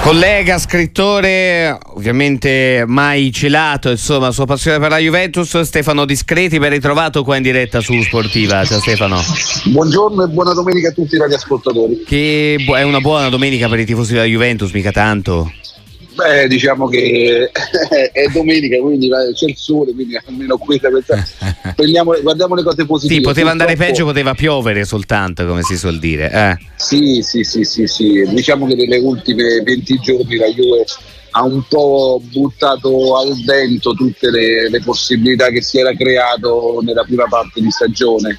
Collega, scrittore, ovviamente mai celato, insomma, la sua passione per la Juventus, Stefano Discreti, ben ritrovato qua in diretta su Sportiva. Ciao Stefano. Buongiorno e buona domenica a tutti i radioascoltatori. Che è una buona domenica per i tifosi della Juventus, mica tanto. Beh, diciamo che è domenica, quindi c'è il sole, quindi almeno qui guardiamo le cose positive. Sì, poteva andare peggio, poteva piovere soltanto, come si suol dire. Sì. Diciamo che nelle ultime 20 giorni la Juve ha un po' buttato al vento tutte le possibilità che si era creato nella prima parte di stagione.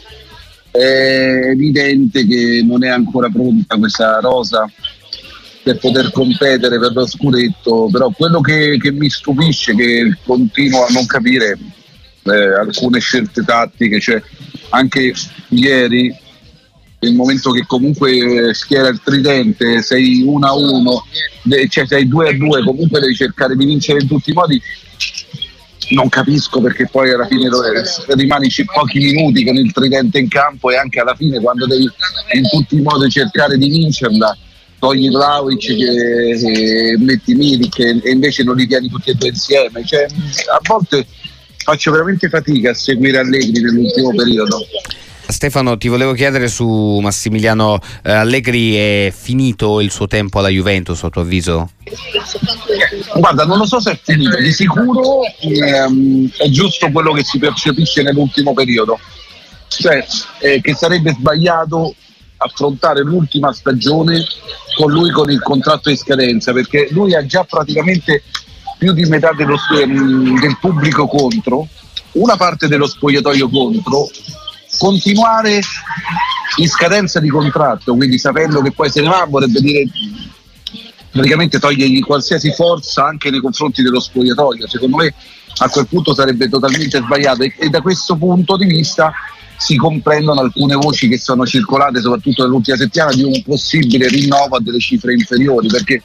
È evidente che non è ancora pronta questa rosa per poter competere per lo scudetto, però quello che mi stupisce, che continuo a non capire alcune scelte tattiche, cioè anche ieri, nel momento che comunque schiera il tridente, sei 1-1, cioè sei 2-2, comunque devi cercare di vincere in tutti i modi. Non capisco perché poi alla fine rimani pochi minuti con il tridente in campo, e anche alla fine, quando devi in tutti i modi cercare di vincerla, togli Vlahovic che metti Milik e invece non li tieni tutti e due insieme. Cioè, a volte faccio veramente fatica a seguire Allegri nell'ultimo periodo. Stefano, ti volevo chiedere su Massimiliano Allegri. È finito il suo tempo alla Juventus, a tuo avviso? Guarda, non lo so se è finito, di sicuro è giusto quello che si percepisce nell'ultimo periodo, cioè che sarebbe sbagliato affrontare l'ultima stagione con lui con il contratto in scadenza, perché lui ha già praticamente più di metà del pubblico contro, una parte dello spogliatoio contro. Continuare in scadenza di contratto, quindi sapendo che poi se ne va, vorrebbe dire praticamente togliergli qualsiasi forza anche nei confronti dello spogliatoio. Secondo me a quel punto sarebbe totalmente sbagliato, e da questo punto di vista si comprendono alcune voci che sono circolate soprattutto nell'ultima settimana di un possibile rinnovo a delle cifre inferiori, perché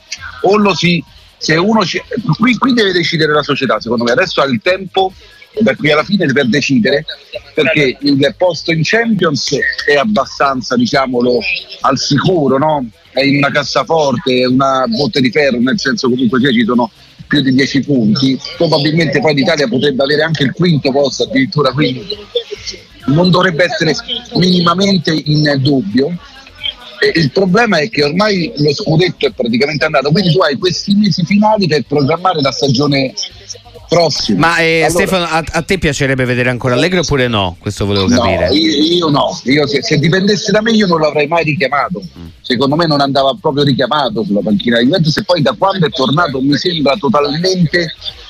se uno qui deve decidere la società. Secondo me adesso ha il tempo da qui alla fine per decidere, perché il posto in Champions è abbastanza, diciamolo, al sicuro, no? È in una cassaforte, è una botte di ferro, nel senso comunque ci sono più di 10 punti, probabilmente poi l'Italia potrebbe avere anche il quinto posto addirittura, quindi non dovrebbe essere minimamente in dubbio. Il problema è che ormai lo scudetto è praticamente andato, quindi tu hai questi mesi finali per programmare la stagione prossima. Ma allora, Stefano, a te piacerebbe vedere ancora Allegri oppure no? Questo volevo capire. Io no, se dipendesse da me io non l'avrei mai richiamato. Secondo me non andava proprio richiamato sulla panchina di Juventus, e poi da quando è tornato mi sembra totalmente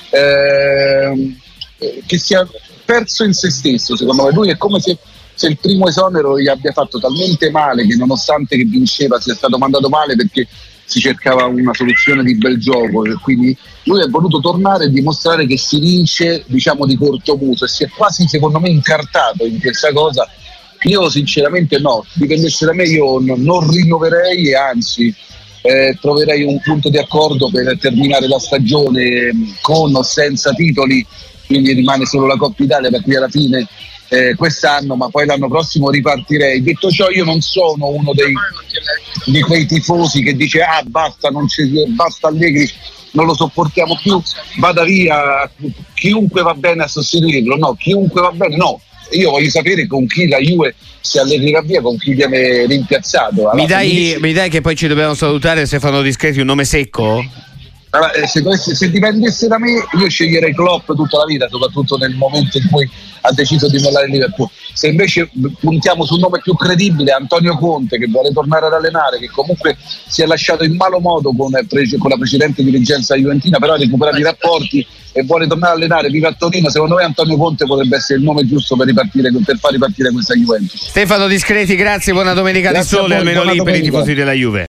che sia perso in se stesso. Secondo me lui è come se il primo esonero gli abbia fatto talmente male che, nonostante che vinceva, sia stato mandato male perché si cercava una soluzione di bel gioco, e quindi lui ha voluto tornare e dimostrare che si vince, diciamo, di cortomuso, e si è quasi, secondo me, incartato in questa cosa. Io sinceramente no, dipendesse da me io non rinnoverei, e anzi troverei un punto di accordo per terminare la stagione con o senza titoli, quindi rimane solo la Coppa Italia da qui alla fine quest'anno, ma poi l'anno prossimo ripartirei. Detto ciò, io non sono uno di quei tifosi che dice basta Allegri, non lo sopportiamo più, vada via, chiunque va bene a sostituirlo. No, chiunque va bene no, io voglio sapere con chi la Juve, se Allegri va via, con chi viene rimpiazzato. Mi dai che poi ci dobbiamo salutare, Stefano Discreti, un nome secco? Allora, se dipendesse da me io sceglierei Klopp tutta la vita, soprattutto nel momento in cui ha deciso di mollare il Liverpool. Se invece puntiamo sul nome più credibile, Antonio Conte, che vuole tornare ad allenare, che comunque si è lasciato in malo modo con la precedente dirigenza juventina, però ha recuperato i rapporti e vuole tornare ad allenare, viva a Torino, secondo me Antonio Conte potrebbe essere il nome giusto per far ripartire questa Juventus. Stefano Discreti, grazie, buona domenica di sole, almeno lì per i tifosi della Juve.